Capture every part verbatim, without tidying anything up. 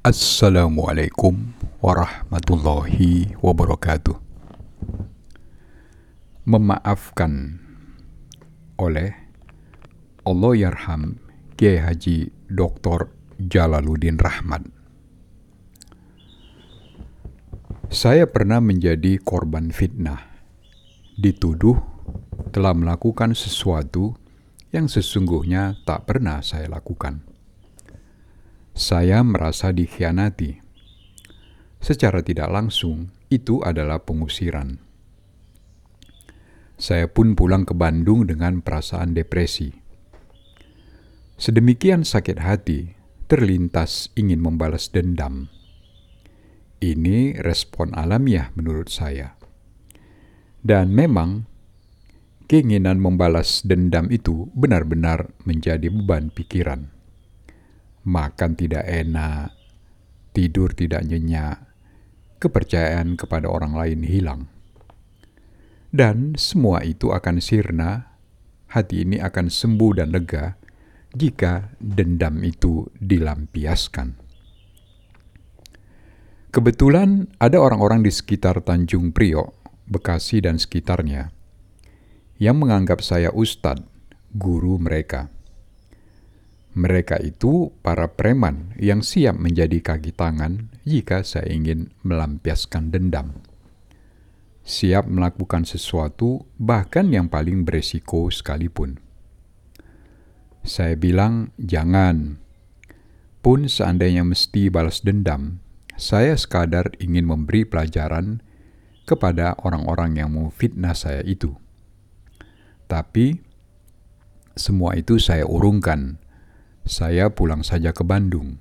Assalamualaikum warahmatullahi wabarakatuh. Memaafkan oleh Allahyarham Kiai Haji Doktor Jalaluddin Rahmat. Saya pernah menjadi korban fitnah, dituduh telah melakukan sesuatu yang sesungguhnya tak pernah saya lakukan. Saya merasa dikhianati. Secara tidak langsung, itu adalah pengusiran. Saya pun pulang ke Bandung dengan perasaan depresi. Sedemikian sakit hati, terlintas ingin membalas dendam. Ini respon alamiah menurut saya. Dan memang, keinginan membalas dendam itu benar-benar menjadi beban pikiran. Makan tidak enak, tidur tidak nyenyak, kepercayaan kepada orang lain hilang. Dan semua itu akan sirna, hati ini akan sembuh dan lega jika dendam itu dilampiaskan. Kebetulan ada orang-orang di sekitar Tanjung Priok, Bekasi dan sekitarnya yang menganggap saya ustadz, guru mereka. Mereka itu para preman yang siap menjadi kaki tangan jika saya ingin melampiaskan dendam. Siap melakukan sesuatu bahkan yang paling beresiko sekalipun. Saya bilang jangan. Pun seandainya mesti balas dendam, saya sekadar ingin memberi pelajaran kepada orang-orang yang memfitnah saya itu. Tapi semua itu saya urungkan. Saya pulang saja ke Bandung.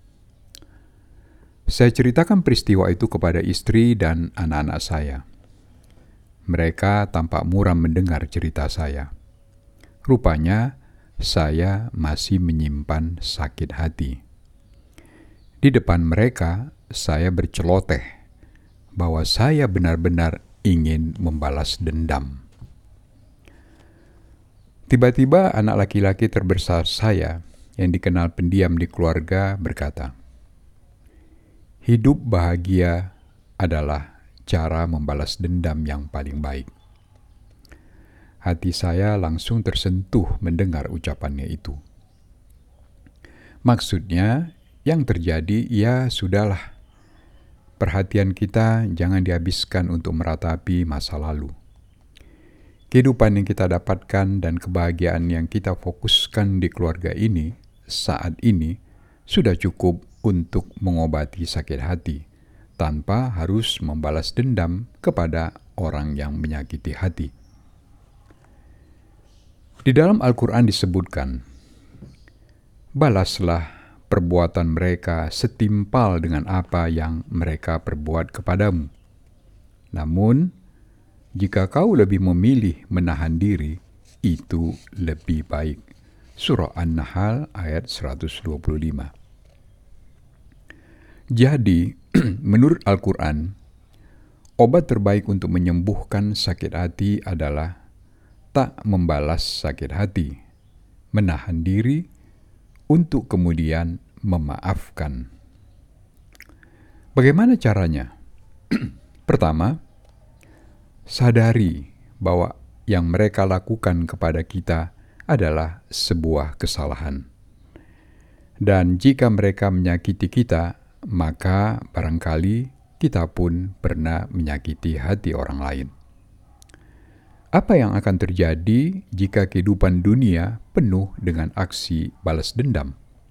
Saya ceritakan peristiwa itu kepada istri dan anak-anak saya. Mereka tampak muram mendengar cerita saya. Rupanya, saya masih menyimpan sakit hati. Di depan mereka, saya berceloteh bahwa saya benar-benar ingin membalas dendam. Tiba-tiba anak laki-laki terbesar saya yang dikenal pendiam di keluarga berkata, "Hidup bahagia adalah cara membalas dendam yang paling baik." Hati saya langsung tersentuh mendengar ucapannya itu. Maksudnya, yang terjadi ya sudahlah. Perhatian kita jangan dihabiskan untuk meratapi masa lalu. Kehidupan yang kita dapatkan dan kebahagiaan yang kita fokuskan di keluarga ini saat ini sudah cukup untuk mengobati sakit hati tanpa harus membalas dendam kepada orang yang menyakiti hati. Di dalam Al-Quran disebutkan, "Balaslah perbuatan mereka setimpal dengan apa yang mereka perbuat kepadamu. Namun, jika kau lebih memilih menahan diri, itu lebih baik." Surah An-Nahl ayat seratus dua puluh lima. Jadi, menurut Al-Quran, obat terbaik untuk menyembuhkan sakit hati adalah tak membalas sakit hati, menahan diri, untuk kemudian memaafkan. Bagaimana caranya? Pertama, sadari bahwa yang mereka lakukan kepada kita adalah sebuah kesalahan. Dan jika mereka menyakiti kita, maka barangkali kita pun pernah menyakiti hati orang lain. Apa yang akan terjadi jika kehidupan dunia penuh dengan aksi balas dendam?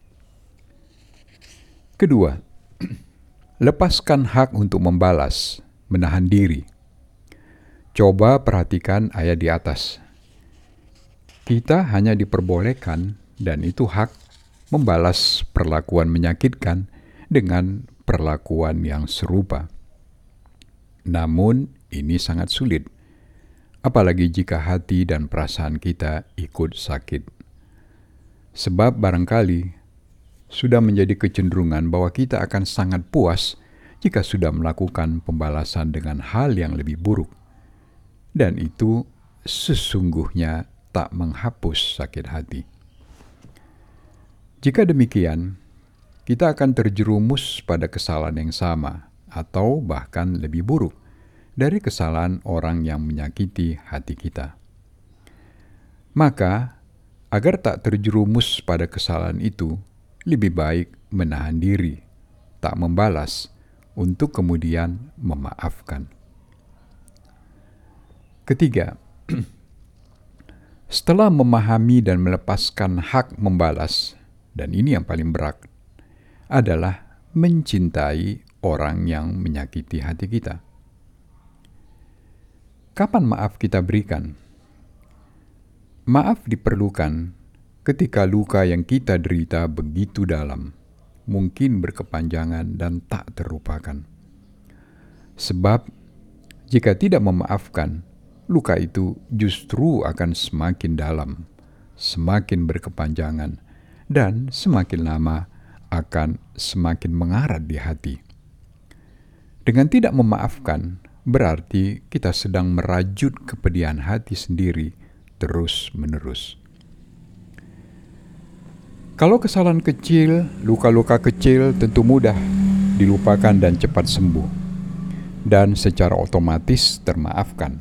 Kedua, lepaskan hak untuk membalas, menahan diri. Coba perhatikan ayat di atas. Kita hanya diperbolehkan, dan itu hak, membalas perlakuan menyakitkan dengan perlakuan yang serupa. Namun, ini sangat sulit, apalagi jika hati dan perasaan kita ikut sakit. Sebab barangkali sudah menjadi kecenderungan bahwa kita akan sangat puas jika sudah melakukan pembalasan dengan hal yang lebih buruk. Dan itu sesungguhnya tak menghapus sakit hati. Jika demikian, kita akan terjerumus pada kesalahan yang sama atau bahkan lebih buruk dari kesalahan orang yang menyakiti hati kita. Maka, agar tak terjerumus pada kesalahan itu, lebih baik menahan diri, tak membalas, untuk kemudian memaafkan. Ketiga, setelah memahami dan melepaskan hak membalas, dan ini yang paling berat, adalah mencintai orang yang menyakiti hati kita. Kapan maaf kita berikan? Maaf diperlukan ketika luka yang kita derita begitu dalam, mungkin berkepanjangan dan tak terlupakan. Sebab, jika tidak memaafkan, luka itu justru akan semakin dalam, semakin berkepanjangan, dan semakin lama akan semakin mengarat di hati. Dengan tidak memaafkan, berarti kita sedang merajut kepedihan hati sendiri terus-menerus. Kalau kesalahan kecil, luka-luka kecil tentu mudah dilupakan dan cepat sembuh, dan secara otomatis termaafkan.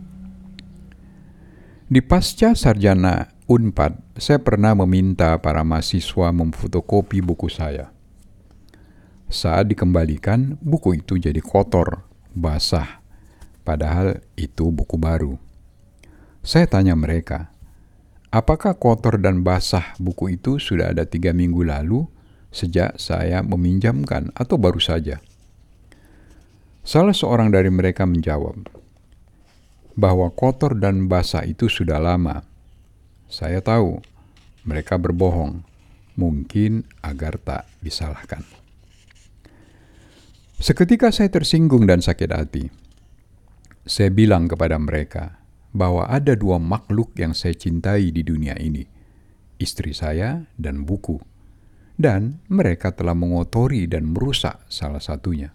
Di pasca sarjana Unpad, saya pernah meminta para mahasiswa memfotokopi buku saya. Saat dikembalikan, buku itu jadi kotor, basah, padahal itu buku baru. Saya tanya mereka, apakah kotor dan basah buku itu sudah ada tiga minggu lalu sejak saya meminjamkan atau baru saja? Salah seorang dari mereka menjawab bahwa kotor dan basah itu sudah lama. Saya tahu mereka berbohong, mungkin agar tak disalahkan. Seketika saya tersinggung dan sakit hati. Saya bilang kepada mereka bahwa ada dua makhluk yang saya cintai di dunia ini, istri saya dan buku, dan mereka telah mengotori dan merusak salah satunya.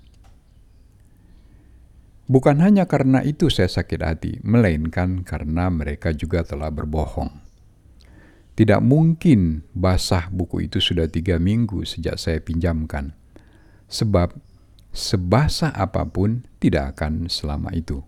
Bukan hanya karena itu saya sakit hati, melainkan karena mereka juga telah berbohong. Tidak mungkin basah buku itu sudah tiga minggu sejak saya pinjamkan, sebab sebasah apapun tidak akan selama itu.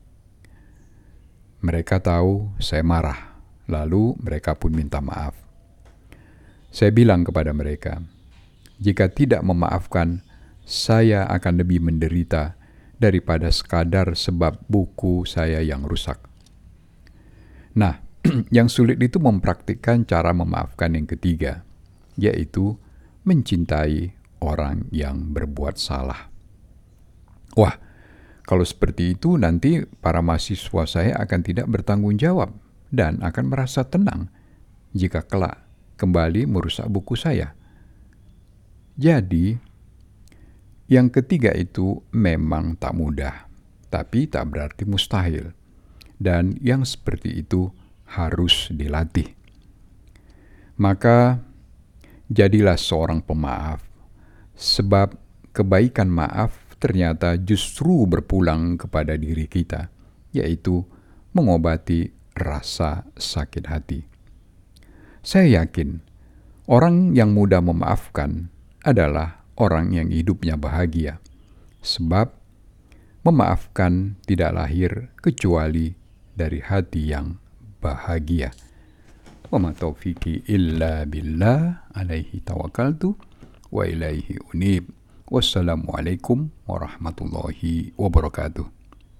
Mereka tahu saya marah, lalu mereka pun minta maaf. Saya bilang kepada mereka, jika tidak memaafkan, saya akan lebih menderita daripada sekadar sebab buku saya yang rusak. Nah, yang sulit itu mempraktikkan cara memaafkan yang ketiga, yaitu mencintai orang yang berbuat salah. Wah, kalau seperti itu nanti para mahasiswa saya akan tidak bertanggung jawab dan akan merasa tenang jika kelak kembali merusak buku saya. Jadi, yang ketiga itu memang tak mudah, tapi tak berarti mustahil. Dan yang seperti itu harus dilatih. Maka, jadilah seorang pemaaf, sebab kebaikan maaf ternyata justru berpulang kepada diri kita, yaitu mengobati rasa sakit hati. Saya yakin orang yang mudah memaafkan adalah orang yang hidupnya bahagia, sebab memaafkan tidak lahir kecuali dari hati yang bahagia. Wa ma taufiqi illa billah, alaihi tawakkaltu wa ilaihi unib. Wassalamualaikum warahmatullahi wabarakatuh.